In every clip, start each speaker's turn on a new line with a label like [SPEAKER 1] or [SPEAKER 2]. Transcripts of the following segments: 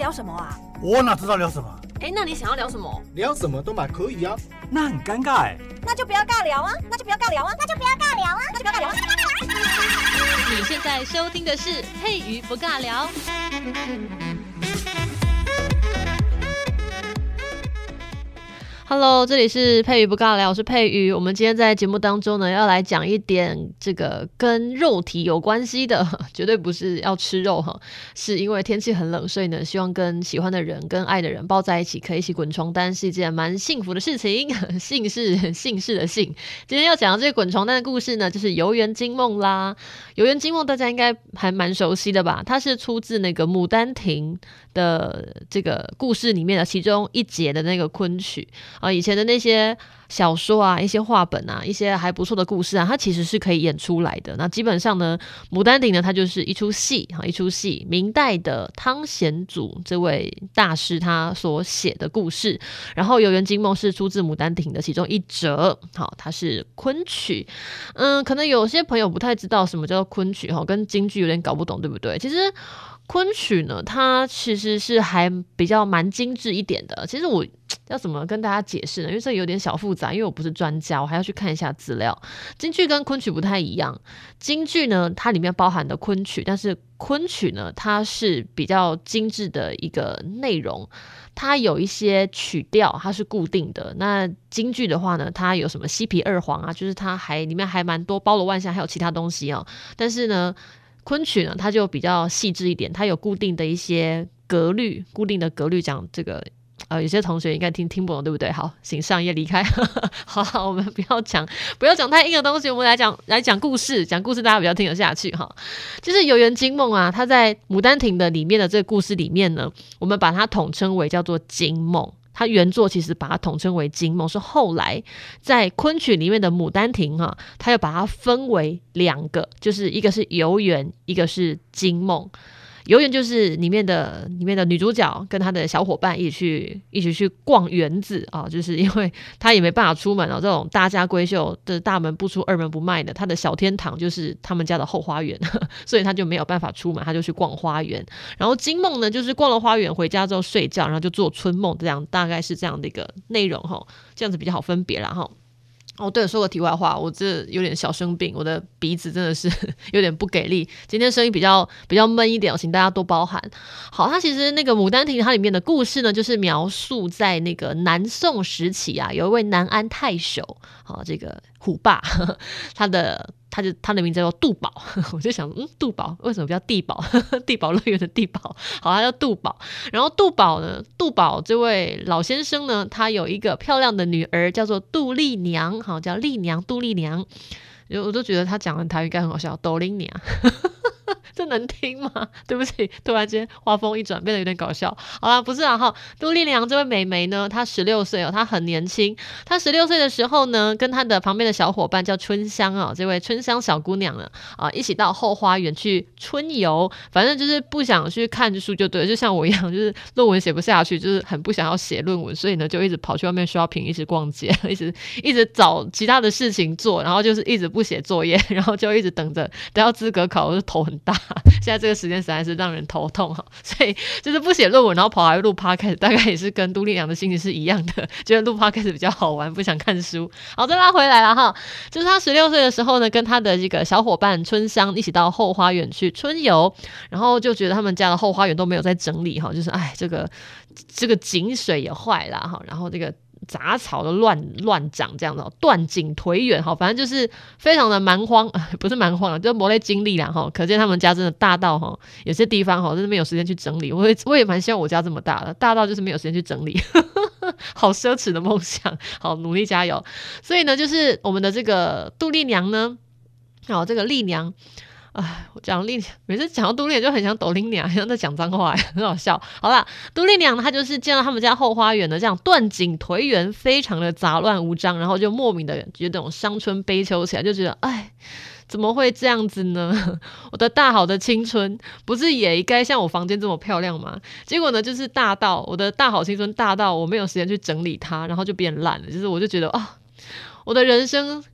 [SPEAKER 1] 聊什么啊？
[SPEAKER 2] 我哪知道聊什么？
[SPEAKER 1] 那你想要聊什么？
[SPEAKER 3] 聊什么都嘛可以啊。
[SPEAKER 2] 那很尴尬哎。
[SPEAKER 1] 那就不要尬聊啊！那就不要尬聊啊！那就不要尬聊啊！那就不要尬聊啊！
[SPEAKER 4] 你现在收听的是佩瑜不尬聊。Hello， 这里是佩瑜不尬聊，我是佩瑜。我们今天在节目当中呢，要来讲一点这个跟肉体有关系的，绝对不是要吃肉哈，是因为天气很冷，所以呢，希望跟喜欢的人、跟爱的人抱在一起，可以一起滚床单，是一件蛮幸福的事情。姓氏的姓。今天要讲的这个滚床单的故事呢，就是游园惊梦啦。游园惊梦大家应该还蛮熟悉的吧？它是出自那个《牡丹亭》的这个故事里面的其中一节的那个昆曲。以前的那些小说啊，一些话本啊，一些还不错的故事啊，它其实是可以演出来的。那基本上呢，《牡丹亭》呢，它就是一出戏，明代的汤显祖这位大师他所写的故事。然后《游园惊梦》是出自《牡丹亭》的其中一折，好，它是昆曲。可能有些朋友不太知道什么叫做昆曲，跟京剧有点搞不懂，对不对？其实昆曲呢，它其实是还比较蛮精致一点的。其实我要怎么跟大家解释呢？因为这有点小复杂，因为我不是专家，我还要去看一下资料。京剧跟昆曲不太一样，京剧呢，它里面包含的昆曲，但是昆曲呢，它是比较精致的一个内容，它有一些曲调它是固定的。那京剧的话呢，它有什么西皮二黄啊，就是它里面还蛮多包罗万象，还有其他东西哦。但是呢，昆曲呢，它就比较细致一点，它有固定的一些格律，讲这个有些同学应该听不懂，对不对？好，请上页离开。好，我们不要讲太硬的东西，我们来讲故事，大家比较听得下去哈。就是《游园惊梦》啊，它在《牡丹亭》的里面的这个故事里面呢，我们把它统称为叫做惊梦。它原作其实把它统称为惊梦，是后来在昆曲里面的《牡丹亭》哈，它又把它分为两个，就是一个是游园，一个是惊梦。游园就是里面的女主角跟她的小伙伴一起去逛园子啊，就是因为她也没办法出门这种大家闺秀的大门不出二门不迈的，她的小天堂就是他们家的后花园，所以她就没有办法出门，她就去逛花园。然后惊梦呢，就是逛了花园回家之后睡觉，然后就做春梦，这样大概是这样的一个内容齁，这样子比较好分别啦齁。对了，说个题外话，我这有点小生病，我的鼻子真的是有点不给力，今天声音比较闷一点，请大家多包涵。好，它其实那个《牡丹亭》它里面的故事呢，就是描述在那个南宋时期啊，有一位南安太守，这个虎爸，他的名字叫做杜宝，我就想，杜宝为什么不叫地宝？地宝乐园的地宝，好，他叫杜宝。然后杜宝这位老先生呢，他有一个漂亮的女儿，叫做杜丽娘，好，叫丽娘，杜丽娘。我都觉得他讲的台语应该很好笑，斗琳娘。这能听吗？对不起，突然间话锋一转，变得有点搞笑。好啦，不是啊哈，杜丽娘这位美眉呢，她16岁她很年轻。她16岁的时候呢，跟她的旁边的小伙伴叫春香这位春香小姑娘呢一起到后花园去春游。反正就是不想去看书就对了，就像我一样，就是论文写不下去，就是很不想要写论文，所以呢就一直跑去外面 shopping， 一直逛街，一直找其他的事情做，然后就是一直不写作业，然后就一直等到资格考，我就头很大。现在这个时间实在是让人头痛所以就是不写论文，然后跑来录 podcast， 大概也是跟杜丽娘的心情是一样的，觉得录 podcast 比较好玩，不想看书。好，再拉回来了哈，就是他16岁的时候呢，跟他的这个小伙伴春香一起到后花园去春游，然后就觉得他们家的后花园都没有在整理就是这个井水也坏了哈，然后这个杂草都乱长这样子断井颓垣反正就是非常的蛮荒，不是蛮荒了，就是没在经历啦可见他们家真的大到有些地方真的没有时间去整理。我也蛮希望我家这么大的，大到就是没有时间去整理。好奢侈的梦想，好努力加油。所以呢，就是我们的这个杜丽娘呢，这个丽娘。我讲每次讲到杜丽娘就很像抖音娘，像在讲脏话，很好笑。好啦，杜丽娘她就是见到他们家后花园的这样断井颓垣，非常的杂乱无章，然后就莫名的觉得这种伤春悲秋起来，就觉得怎么会这样子呢？我的大好的青春不是也应该像我房间这么漂亮吗？结果呢，就是我的大好青春大到我没有时间去整理它，然后就变烂了。就是我就觉得我的人生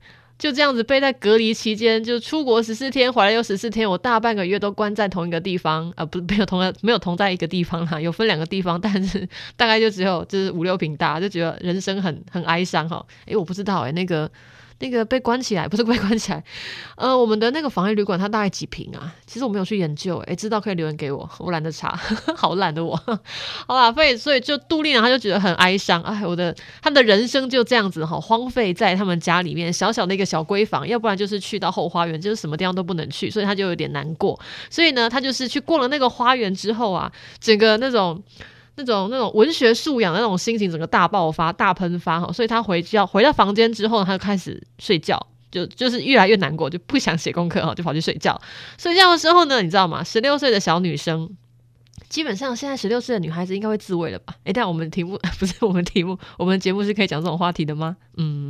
[SPEAKER 4] 就这样子被在隔离期间，就出国14天，回来又14天，我大半个月都关在同一个地方，不是没有同在一个地方啦，有分2个地方，但是大概就只有就是5-6坪大，就觉得人生很哀伤哈。我不知道那个被关起来，不是被关起来，我们的那个防疫旅馆它大概几坪啊？其实我没有去研究，知道可以留言给我，我懒得查，好懒的我。好啦，所以就杜丽娘她就觉得很哀伤，她的人生就这样子荒废在他们家里面小小的一个小闺房，要不然就是去到后花园，就是什么地方都不能去，所以她就有点难过。所以呢，她就是去逛了那个花园之后啊，整个那种文学素养的那种心情整个大爆发大喷发，所以他回到房间之后他就开始睡觉，就是越来越难过，就不想写功课，就跑去睡觉。睡觉的时候呢，你知道吗，16岁的小女生，基本上现在16岁的女孩子应该会自慰了吧？但我们题目不是我们题目，我们节目是可以讲这种话题的吗？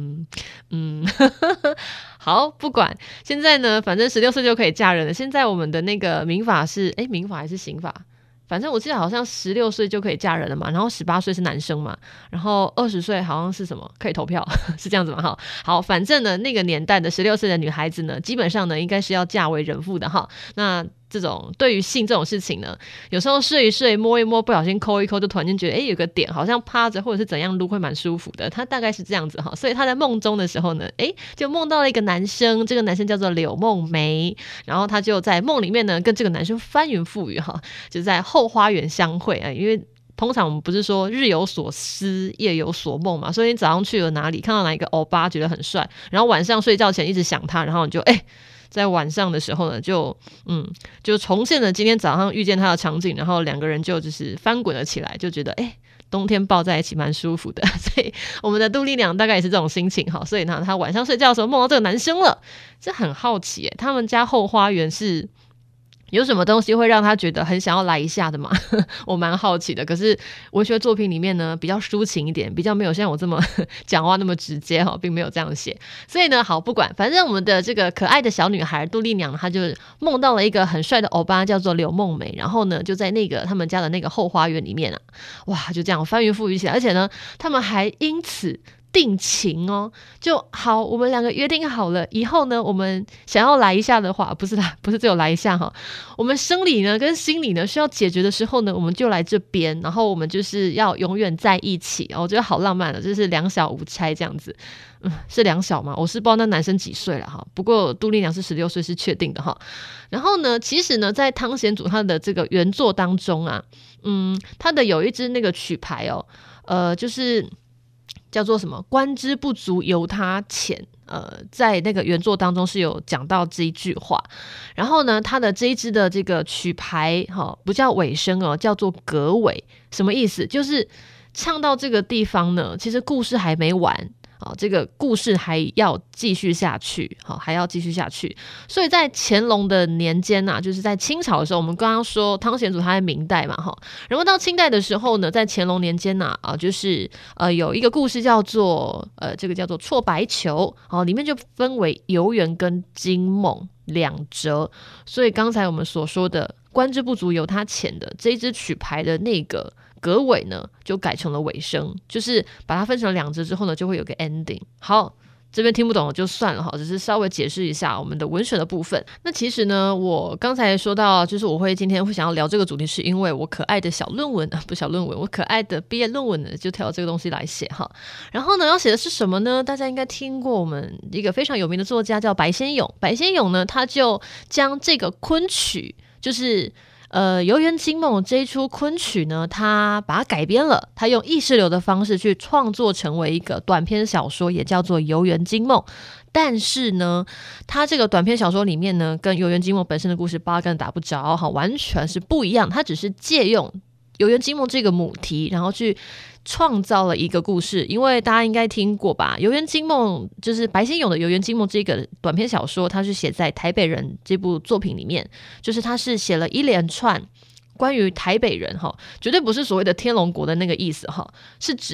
[SPEAKER 4] 好，不管，现在呢反正16岁就可以嫁人了。现在我们的那个民法是民法还是刑法？反正我记得好像16岁就可以嫁人了嘛，然后18岁是男生嘛，然后20岁好像是什么可以投票是这样子嘛。好，反正呢那个年代的16岁的女孩子呢，基本上呢应该是要嫁为人妇的哈。那这种对于性这种事情呢，有时候睡一睡摸一摸，不小心抠一抠，就突然间觉得有个点好像趴着或者是怎样撸会蛮舒服的，他大概是这样子哈。所以他在梦中的时候呢，就梦到了一个男生，这个男生叫做柳梦梅，然后他就在梦里面呢跟这个男生翻云覆雨哈，就在后花园相会因为通常我们不是说日有所思夜有所梦嘛，所以你早上去了哪里看到哪一个欧巴觉得很帅，然后晚上睡觉前一直想他，然后你就在晚上的时候呢就重现了今天早上遇见他的场景，然后2个人就是翻滚了起来，就觉得冬天抱在一起蛮舒服的。所以我们的杜丽娘大概也是这种心情哈，所以呢她晚上睡觉的时候梦到这个男生了。这很好奇他们家后花园是有什么东西会让他觉得很想要来一下的吗？我蛮好奇的。可是文学作品里面呢比较抒情一点，比较没有像我这么讲话那么直接并没有这样写。所以呢好，不管，反正我们的这个可爱的小女孩杜丽娘她就梦到了一个很帅的欧巴叫做柳梦梅，然后呢就在那个他们家的那个后花园里面哇就这样翻云覆雨起来，而且呢他们还因此定情就好，我们2个约定好了，以后呢我们想要来一下的话，不是只有来一下我们生理呢跟心理呢需要解决的时候呢，我们就来这边，然后我们就是要永远在一起我觉得好浪漫就是2小无猜这样子。是2小吗？我是不知道那男生几岁了不过杜丽娘是16岁是确定的然后呢其实呢在汤显祖他的这个原作当中他的有一支那个曲牌就是叫做什么观之不足由他浅，在那个原作当中是有讲到这一句话。然后呢他的这一支的这个曲牌不叫尾声叫做格尾。什么意思？就是唱到这个地方呢其实故事还没完这个故事还要继续下去还要继续下去。所以在乾隆的年间就是在清朝的时候，我们刚刚说汤显祖他在明代嘛然后到清代的时候呢，在乾隆年间就是有一个故事叫做这个叫做错白球里面就分为游园跟惊梦2折。所以刚才我们所说的观之不足由他浅的这一支曲牌的那个格尾呢就改成了尾声，就是把它分成了2折之后呢就会有个 ending。 好，这边听不懂就算了只是稍微解释一下我们的文学的部分。那其实呢我刚才说到就是今天会想要聊这个主题，是因为我可爱的小论文不小论文，我可爱的毕业论文呢就挑这个东西来写然后呢要写的是什么呢？大家应该听过我们一个非常有名的作家叫白先勇。白先勇呢他就将这个昆曲就是游园惊梦这一出昆曲呢，他把它改编了，他用意识流的方式去创作成为一个短篇小说，也叫做游园惊梦。但是呢他这个短篇小说里面呢跟游园惊梦本身的故事八竿打不着完全是不一样。他只是借用游园惊梦这个母题，然后去创造了一个故事。因为大家应该听过吧，游园惊梦就是白先勇的游园惊梦这个短篇小说，它是写在台北人这部作品里面，就是他是写了一连串关于台北人绝对不是所谓的天龙国的那个意思是指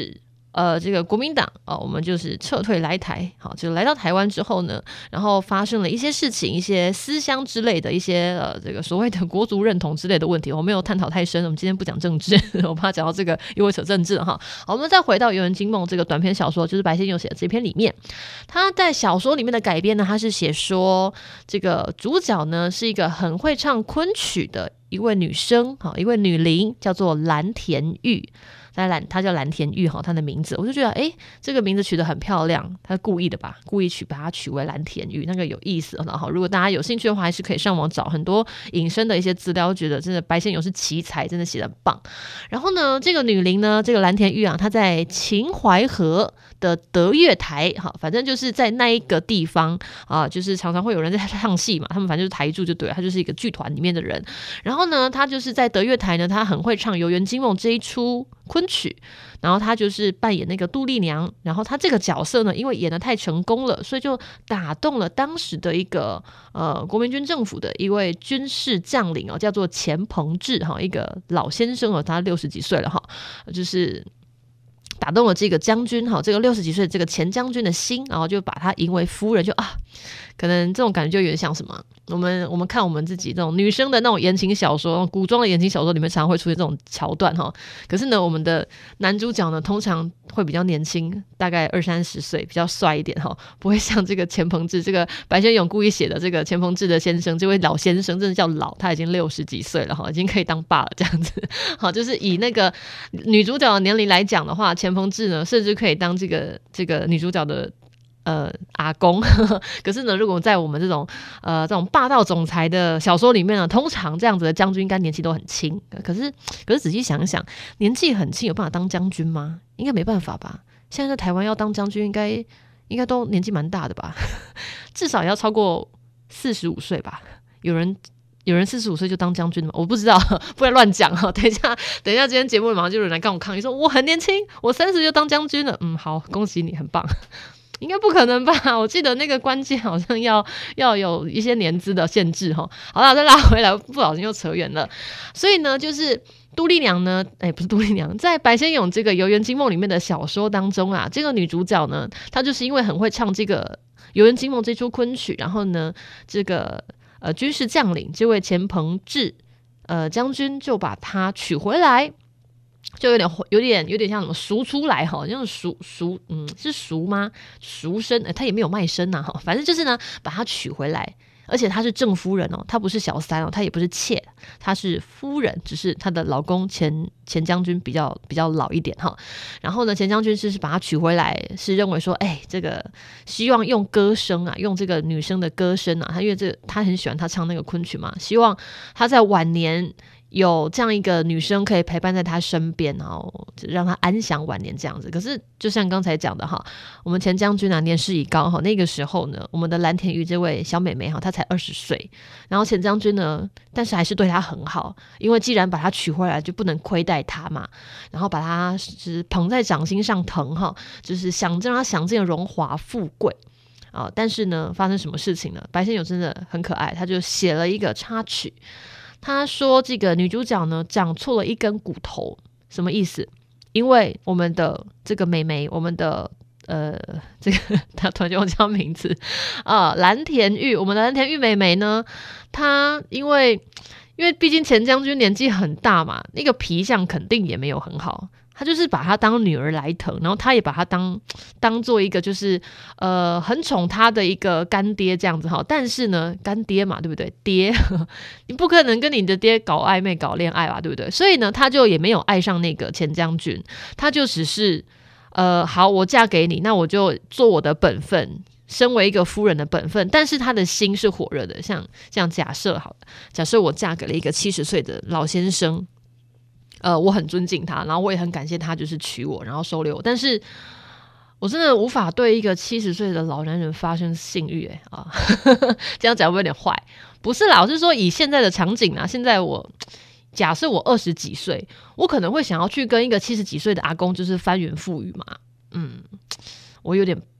[SPEAKER 4] 这个国民党我们就是撤退来台，好，就来到台湾之后呢，然后发生了一些事情，一些思乡之类的一些这个所谓的国族认同之类的问题，我没有探讨太深，我们今天不讲政治，我怕讲到这个又会扯政治了哈。好，我们再回到《游园惊梦》这个短篇小说，就是白先勇写的这篇里面，他在小说里面的改编呢，他是写说这个主角呢是一个很会唱昆曲的一位女生，一位女伶，叫做蓝田玉。她叫蓝田玉，她的名字我就觉得这个名字取得很漂亮，她故意的吧，故意把它取为蓝田玉，那个有意思。然后如果大家有兴趣的话，还是可以上网找很多引申的一些资料，觉得真的白先勇是奇才，真的写得很棒。然后呢，这个女伶呢，这个蓝田玉啊，她在秦淮河的德月台，反正就是在那一个地方就是常常会有人在唱戏嘛，他们反正就是台柱就对了，他就是一个剧团里面的人。然后呢，他就是在德月台呢，他很会唱《游园惊梦》这一出昆曲，然后他就是扮演那个杜丽娘，然后他这个角色呢，因为演得太成功了，所以就打动了当时的一个国民军政府的一位军事将领叫做钱鹏志一个老先生他60几岁了就是打动了这个将军这个60几岁的这个钱将军的心，然后就把他迎为夫人，就可能这种感觉就有点像什么，我们看我们自己这种女生的那种言情小说，古装的言情小说里面常常会出现这种桥段可是呢，我们的男主角呢通常会比较年轻，大概20-30岁，比较帅一点不会像这个钱鹏志，这个白先勇故意写的这个钱鹏志的先生，这位老先生真的叫老，他已经60几岁了已经可以当爸了这样子就是以那个女主角的年龄来讲的话，钱鹏志呢甚至可以当这个女主角的阿公可是呢，如果在我们这种霸道总裁的小说里面呢，通常这样子的将军应该年纪都很轻，可是仔细想想，年纪很轻有办法当将军吗？应该没办法吧。现在在台湾要当将军应该都年纪蛮大的吧至少也要超过45岁吧。有人45岁就当将军吗？我不知道，不要乱讲等一下今天节目马上就有人来跟我抗议说我很年轻，我30就当将军了。好，恭喜你，很棒。应该不可能吧？我记得那个关键好像要有一些年资的限制好了，再拉回来，不小心又扯远了。所以呢，就是杜丽娘呢，不是杜丽娘，在白先勇这个《游园惊梦》里面的小说当中这个女主角呢，她就是因为很会唱这个《游园惊梦》这出昆曲，然后呢，这个军事将领这位钱鹏志将军就把她娶回来。就有点像什么赎出来像赎是赎吗？赎身他也没有卖身反正就是呢把他娶回来，而且她是正夫人她不是小三她也不是妾，她是夫人，只是她的老公钱将军比较老一点然后呢，钱将军是把她娶回来，是认为说这个希望用歌声用这个女生的歌声因为他很喜欢她唱那个昆曲嘛，希望她在晚年有这样一个女生可以陪伴在他身边，然后让他安享晚年这样子。可是就像刚才讲的我们钱将军年事已高那个时候呢，我们的蓝田玉这位小妹妹她才20岁，然后钱将军呢，但是还是对她很好，因为既然把她娶回来，就不能亏待她嘛，然后把她就是捧在掌心上疼就是想让她享尽荣华富贵。但是呢，发生什么事情呢？白先勇真的很可爱，他就写了一个插曲。他说这个女主角呢长错了一根骨头，什么意思？因为我们的这个妹妹，我们的这个她突然就忘记她名字蓝田玉，我们的蓝田玉妹妹呢，她因为毕竟钱将军年纪很大嘛，那个皮相肯定也没有很好。他就是把她当女儿来疼，然后他也把她当做一个就是很宠她的一个干爹这样子但是呢，干爹嘛，对不对？爹你不可能跟你的爹搞暧昧搞恋爱吧，对不对？所以呢，他就也没有爱上那个钱将军，他就只是好，我嫁给你，那我就做我的本分，身为一个夫人的本分，但是他的心是火热的。像假设好了，假设我嫁给了一个70岁的老先生，我很尊敬他，然后我也很感谢他就是娶我，然后收留我，但是我真的无法对一个70岁的老男人发生性欲这样讲会有点坏。不是啦，我是说以现在的场景现在假设我20几岁，我可能会想要去跟一个70几岁的阿公就是翻云覆雨嘛。我有点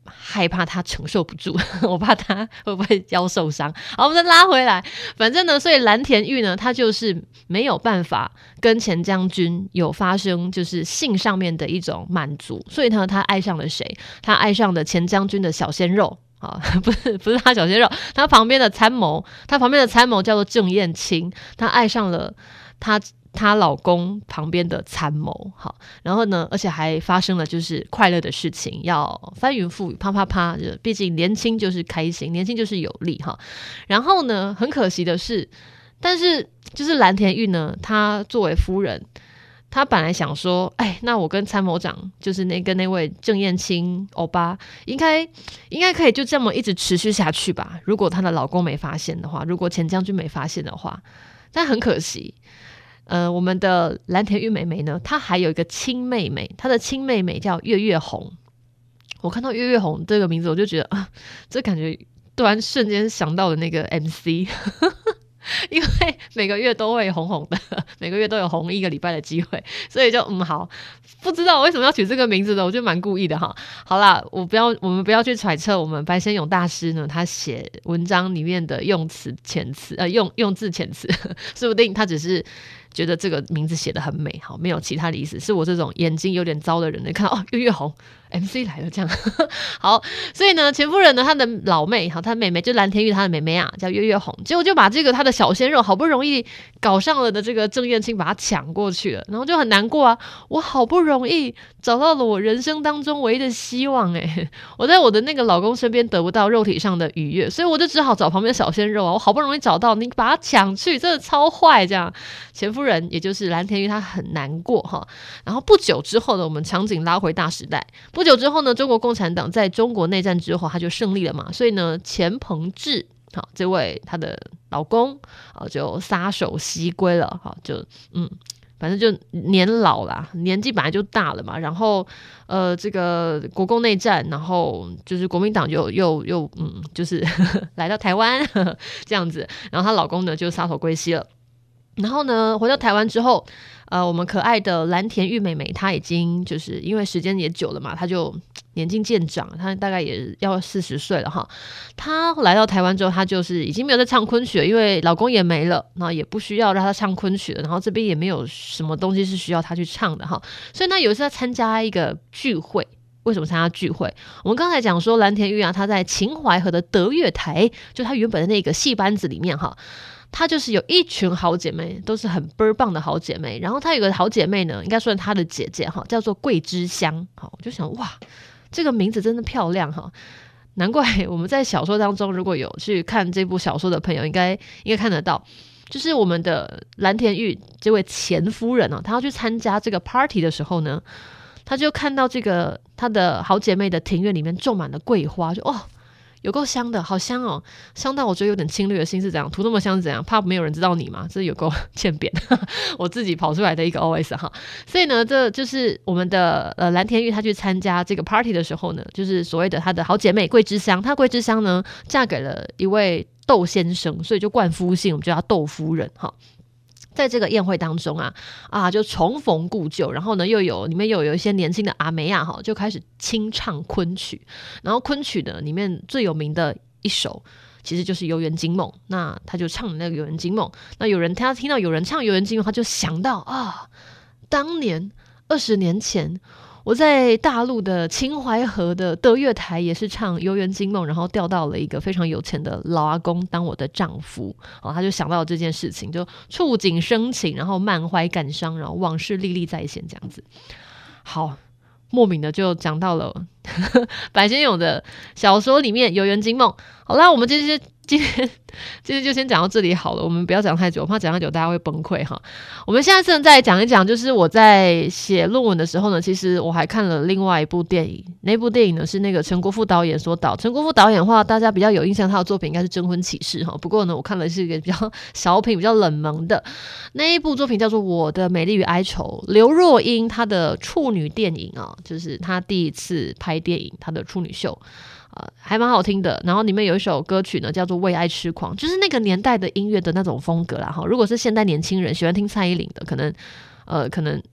[SPEAKER 4] 害怕他承受不住，我怕他会不会腰受伤。好，我们再拉回来，反正呢，所以蓝田玉呢，他就是没有办法跟钱将军有发生就是性上面的一种满足，所以呢，他爱上了谁？他爱上了钱将军的小鲜肉。啊，不是他小鲜肉，他旁边的参谋叫做郑燕青，他爱上了她老公旁边的参谋。好，然后呢，而且还发生了就是快乐的事情，要翻云覆雨，啪啪啪，毕竟年轻就是开心，年轻就是有力哈。然后呢，很可惜的是，但是就是蓝田玉呢，她作为夫人。他本来想说，那我跟参谋长就是跟那位郑燕青欧巴，应该可以就这么一直持续下去吧。如果她的老公没发现的话，如果钱将军没发现的话，但很可惜，我们的蓝田玉妹妹呢，她还有一个亲妹妹，她的亲妹妹叫月月红。我看到月月红这个名字，我就觉得这感觉突然瞬间想到了那个 MC。因为每个月都会红红的，每个月都有红1个礼拜的机会，所以就好，不知道我为什么要取这个名字的，我觉得蛮故意的哈。好啦，我们不要去揣测我们白先勇大师呢，他写文章里面的用字遣词，说不定他只是觉得这个名字写得很美，好，没有其他的意思。是我这种眼睛有点糟的人呢，看到月月红 MC 来了这样。好，所以呢，钱夫人呢，她的老妹，好，她妹妹就蓝田玉，她的妹妹啊，叫月月红，结果就把这个她的小鲜肉好不容易搞上了的这个郑燕青把她抢过去了，然后就很难过啊，我好不容易找到了我人生当中唯一的希望我在我的那个老公身边得不到肉体上的愉悦，所以我就只好找旁边的小鲜肉啊，我好不容易找到，你把他抢去，真的超坏这样。钱夫人也就是蓝田玉她很难过哈。然后不久之后呢，我们场景拉回大时代，不久之后呢，中国共产党在中国内战之后他就胜利了嘛，所以呢，钱鹏志好，这位她的老公就撒手西归了，好，就反正就年老啦，年纪本来就大了嘛，然后这个国共内战，然后就是国民党又就是来到台湾这样子，然后她老公呢就撒手归西了。然后呢，回到台湾之后，我们可爱的蓝田玉妹妹，她已经就是因为时间也久了嘛，她就年纪渐长，她大概也要40岁了哈。她来到台湾之后，她就是已经没有在唱昆曲了，因为老公也没了，那也不需要让她唱昆曲了，然后这边也没有什么东西是需要她去唱的哈。所以呢，有一次她参加一个聚会。为什么参加聚会？我们刚才讲说蓝田玉啊，她在秦淮河的德月台，就她原本的那个戏班子里面哈。她就是有一群好姐妹，都是很倍儿棒的好姐妹。然后她有个好姐妹呢，应该说她的姐姐哈，叫做桂枝香。好，我就想哇，这个名字真的漂亮哈。难怪我们在小说当中，如果有去看这部小说的朋友，应该看得到，就是我们的蓝田玉这位钱夫人她要去参加这个 party 的时候呢，她就看到这个她的好姐妹的庭院里面种满了桂花，就有够香的，好香哦，香到我觉得有点侵略的心，是怎样涂那么香是怎样？怕没有人知道你吗？这有够欠扁，我自己跑出来的一个 OS 哈。所以呢，这就是我们的蓝田玉她去参加这个 party 的时候呢，就是所谓的她的好姐妹桂枝香，她桂枝香呢嫁给了一位窦先生，所以就冠夫姓，我们叫她窦夫人哈。在这个宴会当中就重逢故旧，然后呢里面又有一些年轻的阿梅亚就开始清唱昆曲，然后昆曲呢里面最有名的一首其实就是《游园惊梦》，那他就唱那个《游园惊梦》，那他听到有人唱《游园惊梦》，他就想到当年20年前我在大陆的秦淮河的德月台也是唱《游园惊梦》，然后钓到了一个非常有钱的老阿公当我的丈夫，他就想到了这件事情，就触景生情，然后满怀感伤，然后往事历历在先这样子。好，莫名的就讲到了白先勇的小说里面《游园惊梦》。好啦，我们今天就先讲到这里好了，我们不要讲太久，我怕讲太久大家会崩溃哈。我们下次再讲一讲，就是我在写论文的时候呢，其实我还看了另外一部电影，那部电影呢是那个陈国富导演所导。陈国富导演的话，大家比较有印象，他的作品应该是《征婚启事》哈。不过呢，我看了是一个比较小品、比较冷门的那一部作品，叫做《我的美丽与哀愁》。刘若英她的处女电影就是她第一次拍电影，她的处女秀。还蛮好听的，然后里面有一首歌曲呢，叫做《为爱痴狂》，就是那个年代的音乐的那种风格啦。如果是现代年轻人喜欢听蔡依林的，可能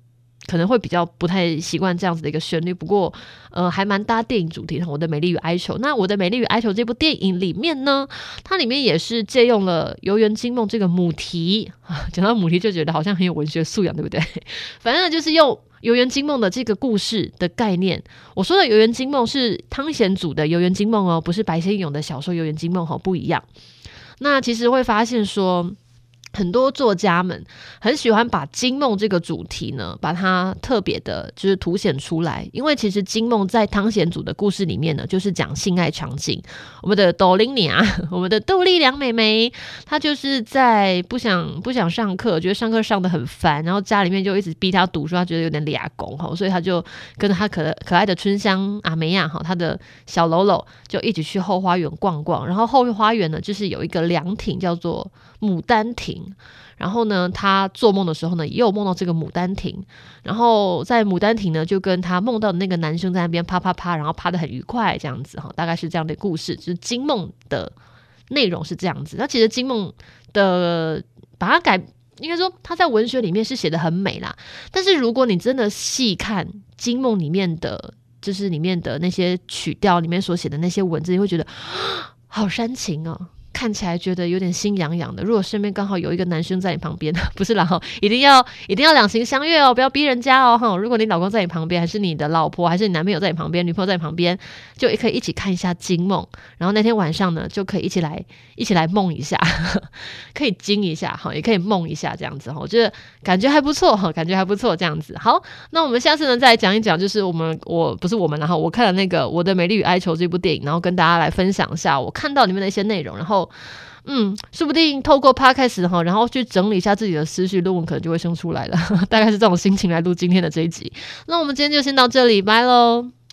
[SPEAKER 4] 可能会比较不太习惯这样子的一个旋律，不过还蛮搭电影主题的。我的美丽与哀愁，那我的美丽与哀愁这部电影里面呢，它里面也是借用了游园惊梦这个母题讲到母题就觉得好像很有文学素养，对不对？反正就是用游园惊梦的这个故事的概念。我说的游园惊梦是汤显祖的游园惊梦哦，不是白先勇的小说游园惊梦哦，不一样。那其实会发现说，很多作家们很喜欢把惊梦这个主题呢，把它特别的就是凸显出来，因为其实惊梦在汤显祖的故事里面呢，就是讲性爱场景。我们的斗玲娘，我们的杜丽娘妹妹，她就是在不想上课，觉得上课上得很烦，然后家里面就一直逼她读书，她觉得有点俩公，所以她就跟着她可爱的春香阿梅亚她的小喽啰就一起去后花园逛逛。然后后花园呢，就是有一个凉亭叫做牡丹亭，然后呢他做梦的时候呢也有梦到这个牡丹亭，然后在牡丹亭呢就跟他梦到的那个男生在那边啪啪啪，然后啪得很愉快这样子，大概是这样的故事，就是惊梦的内容是这样子。那其实惊梦的把它应该说他在文学里面是写得很美啦，但是如果你真的细看惊梦里面的就是里面的那些曲调里面所写的那些文字，你会觉得好煽情哦，看起来觉得有点心痒痒的。如果身边刚好有一个男生在你旁边，不是啦，一定要两情相悦哦，不要逼人家哦。如果你老公在你旁边，还是你的老婆，还是你男朋友在你旁边，女朋友在你旁边，就可以一起看一下惊梦。然后那天晚上呢，就可以一起来梦一下，可以惊一下，也可以梦一下这样子。我觉得感觉还不错，这样子。好，那我们下次呢再来讲一讲，就是然后我看了那个《我的美丽与哀愁》这部电影，然后跟大家来分享一下我看到里面的一些内容，然后说不定透过 podcast 然后去整理一下自己的思绪，论文可能就会生出来了大概是这种心情来录今天的这一集。那我们今天就先到这里，拜咯。